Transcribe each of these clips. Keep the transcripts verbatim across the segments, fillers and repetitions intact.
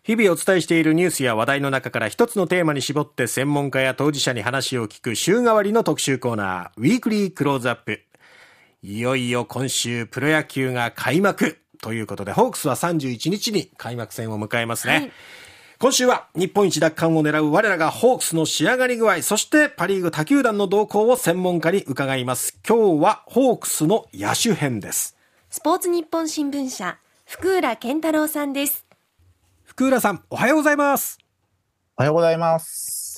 日々お伝えしているニュースや話題の中から一つのテーマに絞って専門家や当事者に話を聞く週替わりの特集コーナー、ウィークリークローズアップ。いよいよ今週プロ野球が開幕ということで、ホークスはさんじゅういちにちに開幕戦を迎えますね、はい、今週は日本一奪還を狙う我らがホークスの仕上がり具合、そしてパリーグ他球団の動向を専門家に伺います。今日はホークスの野手編です。 スポーツ日本新聞社福浦健太郎さんです。 福浦さん、おはようございます。 おはようございます。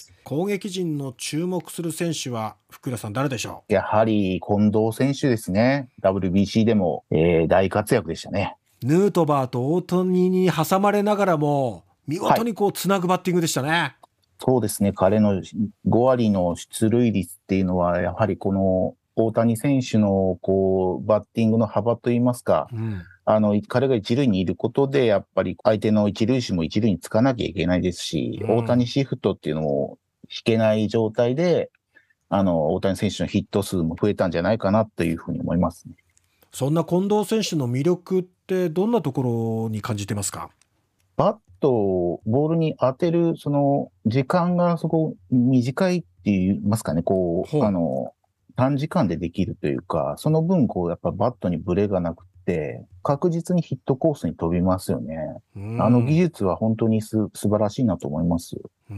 攻撃陣の注目する選手は福浦さん誰でしょう？ やはり近藤選手ですね。 ダブリュービーシー でも、えー、大活躍でしたね。 ヌートバーと大谷に挟まれながらも見事にこうつなぐバッティングでしたね、はい、 そうですね。彼のごわりの出塁率っていうのはやはりこの大谷選手のこうバッティングの幅といいますか、うん、あの彼が一塁にいることでやっぱり相手の一塁手も一塁につかなきゃいけないですし、うん、大谷シフトっていうのも引けない状態で、あの大谷選手のヒット数も増えたんじゃないかなというふうに思いますね。 そんな近藤選手の魅力ってどんなところに感じてますか？ バットをボールに当てるその時間がそこ短いって言いますかね、こうあの短時間でできるというか、その分こうやっぱバットにブレがなくて確実にヒットコースに飛びますよね。あの技術は本当にす素晴らしいなと思います。 うん、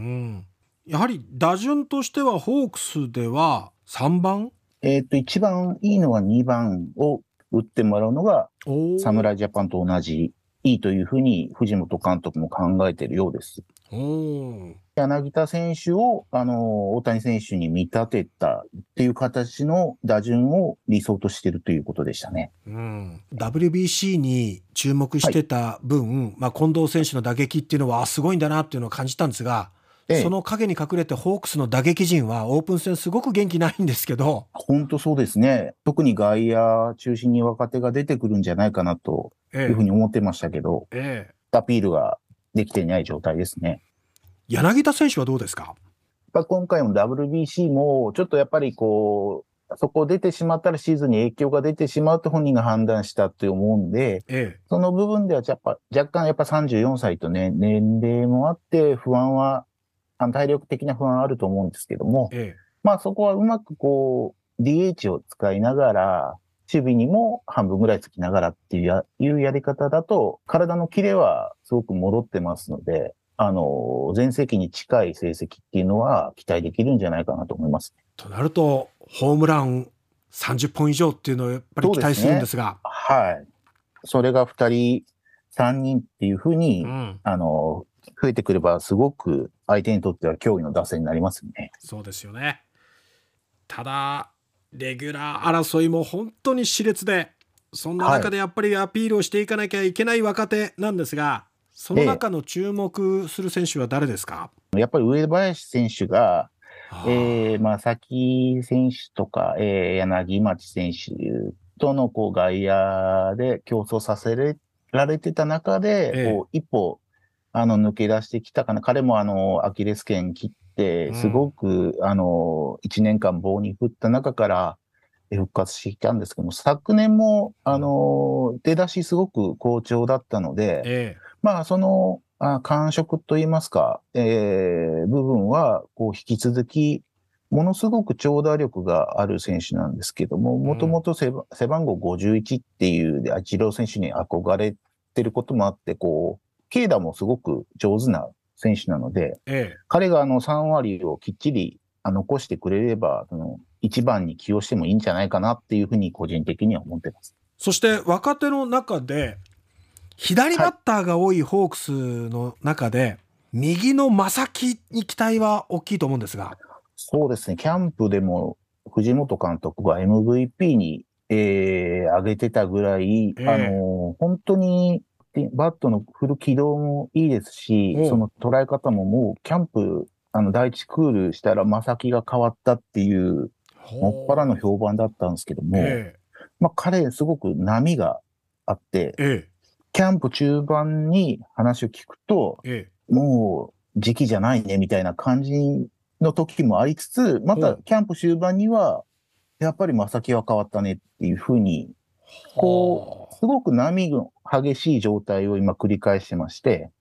やはり打順としてはホークスではさんばん、 えっと一番いいのはにばんを打ってもらうのが侍ジャパンと同じいいというふうに藤本監督も考えているようです。柳田選手をあの大谷選手に見立てたっていう形の打順を理想としているということでしたね。 うん、ダブリュービーシー に注目してた分、はい、まあ、近藤選手の打撃っていうのはすごいんだなっていうのを感じたんですが、ええ、その影に隠れてホークスの打撃陣はオープン戦すごく元気ないんですけど。 本当そうですね。特に外野中心に若手が出てくるんじゃないかなというふうに思ってましたけど、ええ、アピールができていない状態ですね。 柳田選手はどうですか？やっぱ今回も ダブリュービーシー もちょっとやっぱりこうそこ出てしまったらシーズンに影響が出てしまうと本人が判断したと思うんで、ええ、その部分ではやっぱ若干やっぱさんじゅうよんさいとね、年齢もあって不安は体力的な不安はあると思うんですけども、ええ、まあそこはうまくこう ディーエイチ を使いながら守備にも半分ぐらいつきながらっていう や, いうやり方だと体のキレはすごく戻ってますので、あの前世紀に近い成績っていうのは期待できるんじゃないかなと思います。 となるとホームランさんじゅっぽん以上っていうのをやっぱり期待するんですが、 そうですね、はい、それがふたりさんにんっていうふうに、うん、あの増えてくればすごく相手にとっては脅威の打線になりますよね。 そうですよね。ただレギュラー争いも本当に熾烈で、そんな中でやっぱりアピールをしていかなきゃいけない若手なんですが、はい、その中の注目する選手は誰ですか？ やっぱり上林選手が、えー、まあ崎選手とか、えー、柳町選手とのこう外野で競争させられてた中で、ええ、こう一歩あの抜け出してきたかな。彼もあのアキレス腱切ってすごく、うん、あのいちねんかん棒に振った中から復活してきたんですけども、昨年もあの出だしすごく好調だったので、ええ、まあそのあ感触といいますか、えー、部分はこう引き続きものすごく長打力がある選手なんですけども、もともと背番号ごじゅういちっていうイチロー選手に憧れてることもあって、こう軽打もすごく上手な選手なので、ええ、彼があのさんわりをきっちり残してくれれば、そのいちばんに起用してもいいんじゃないかなっていうふうに個人的には思ってます。 そして若手の中で左バッターが多いホークスの中で、はい、右の正木に期待は大きいと思うんですが。 そうですね。キャンプでも藤本監督が エムブイピー に、えー、上げてたぐらい、えー、あの本当にバットの振る軌道もいいですし、その捉え方ももうキャンプあの第一クールしたら正木が変わったっていうもっぱらの評判だったんですけども、えー、まあ彼すごく波があって、えー、キャンプ中盤に話を聞くと、えー、もう時期じゃないねみたいな感じの時もありつつ、またキャンプ終盤にはやっぱり正木は変わったねっていうふうに、こうすごく波の激しい状態を今繰り返してまして、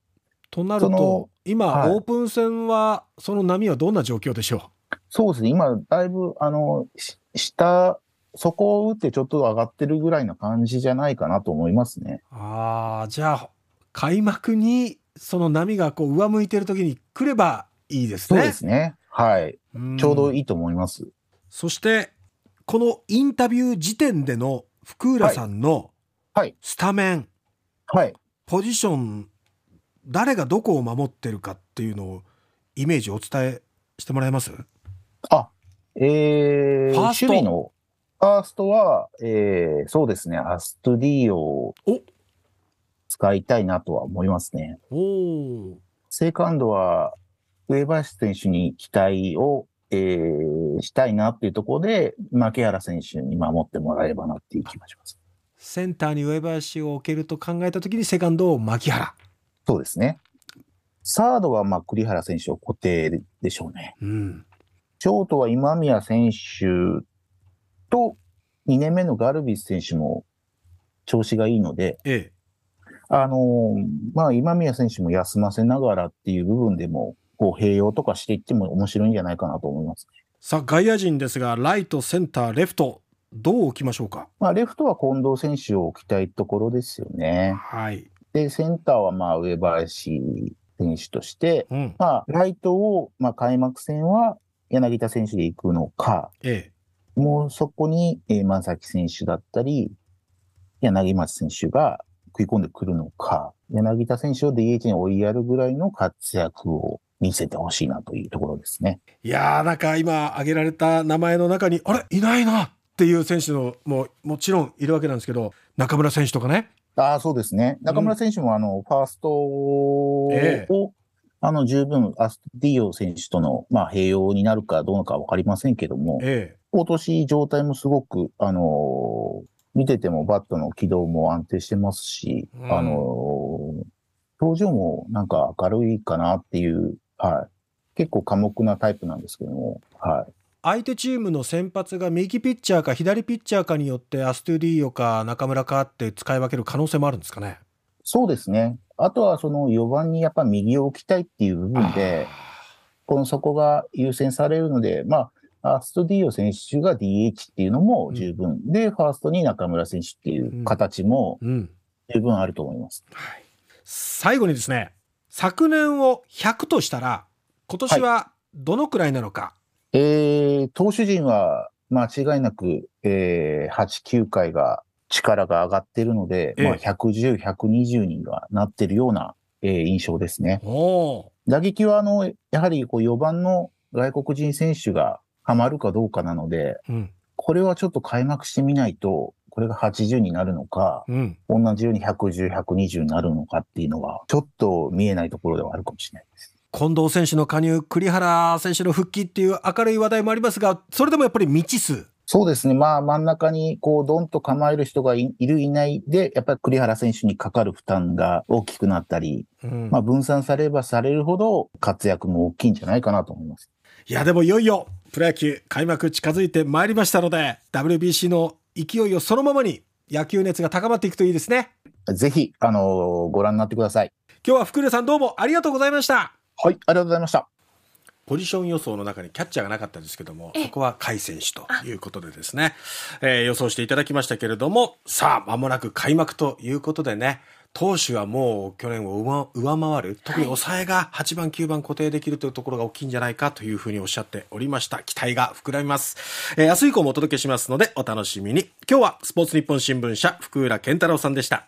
となると今、はい、オープン戦はその波はどんな状況でしょう？ そうですね、今だいぶあの下底を打ってちょっと上がってるぐらいの感じじゃないかなと思いますね。 ああ、じゃあ開幕にその波がこう上向いてる時に来ればいいですね。 そうですね、はい、ちょうどいいと思います。 そしてこのインタビュー時点での福浦さんのスタメン、 はいはい、 ポジション、誰がどこを守ってるかっていうのをイメージお伝えしてもらえます？ あ、えー、 ファースト守備のファーストは、えー、そうですね、アストゥディーを使いたいなとは思いますね。 おセカンドは上林選手に期待を、えー、したいなっていうところで、牧原選手に守ってもらえればなっていう気がします。 センターに上林を置けると考えたときにセカンドを牧原。 そうですね。サードはまあ栗原選手を固定でしょうね。 うん、 ショートは今宮選手とにねんめのガルビス選手も調子がいいので、 ええ、 あのー、まあ今宮選手も休ませながらっていう部分でも、こう併用とかしていっても面白いんじゃないかなと思います。 さあ外野陣ですが、ライト、センター、レフト、どう置きましょうか？ まあレフトは近藤選手を置きたいところですよね。 はい。 で、センターはまあ上林選手として、 うん、 まあライトを、まあ開幕戦は柳田選手で行くのか、 ええ、もうそこに、えー、正木選手だったり、柳町選手が食い込んでくるのか、柳田選手を ディーエイチ に追いやるぐらいの活躍を見せてほしいなというところですね。 いやー、なんか今挙げられた名前の中に、あれいないなっていう選手のももちろんいるわけなんですけど、中村選手とかね。 ああ、そうですね。中村選手もあの、うん、ファーストを、ええ、あの、十分、アスティーオ選手との、まあ、併用になるかどうなのかわかりませんけども、ええ、今年状態もすごく、あのー、見ててもバットの軌道も安定してますし、うん、あのー、表情もなんか明るいかなっていう、はい。結構寡黙なタイプなんですけども、はい。 相手チームの先発が右ピッチャーか左ピッチャーかによってアストゥディーヨか中村かって使い分ける可能性もあるんですかね？ そうですね。あとはそのよばんにやっぱ右を置きたいっていう部分で、このそこが優先されるので、まあ、アストゥディーヨ選手が ディーエイチ っていうのも十分、うん、で、ファーストに中村選手っていう形も十分あると思います。 うんうん、はい、最後にですね、昨年をひゃくとしたら今年はどのくらいなのか？はい、 えー、投手陣は間違いなく、えー、はち、きゅうかいが力が上がっているので、ええ、まあ、ひゃくじゅう、ひゃくにじゅうにがなっているような、えー、印象ですね。打撃はあのやはりこうよばんの外国人選手がはまるかどうかなので、うん、これはちょっと開幕してみないと、これがはちじゅうになるのか、うん、同じようにひゃくじゅう、ひゃくにじゅうになるのかっていうのは、ちょっと見えないところではあるかもしれないです。 近藤選手の加入、栗原選手の復帰っていう明るい話題もありますが、それでもやっぱり未知数。 そうですね。まあ真ん中にこうドンと構える人が い, いるいないで、やっぱり栗原選手にかかる負担が大きくなったり、うん、まあ分散されればされるほど活躍も大きいんじゃないかなと思います。 いやでもいよいよプロ野球開幕近づいてまいりましたので、 ダブリュービーシー の勢いをそのままに野球熱が高まっていくといいですね。 ぜひ、あのー、ご覧になってください。 今日は福浦さんどうもありがとうございました。 はい、ありがとうございました。 ポジション予想の中にキャッチャーがなかったんですけども、そこは甲斐選手ということでですね、えー、予想していただきましたけれども、さあ間もなく開幕ということでね、投手はもう去年を上回る、特に抑えがはちばんきゅうばん固定できるというところが大きいんじゃないかというふうにおっしゃっておりました。期待が膨らみます、えー、明日以降もお届けしますのでお楽しみに。今日はスポーツ日本新聞社福浦健太郎さんでした。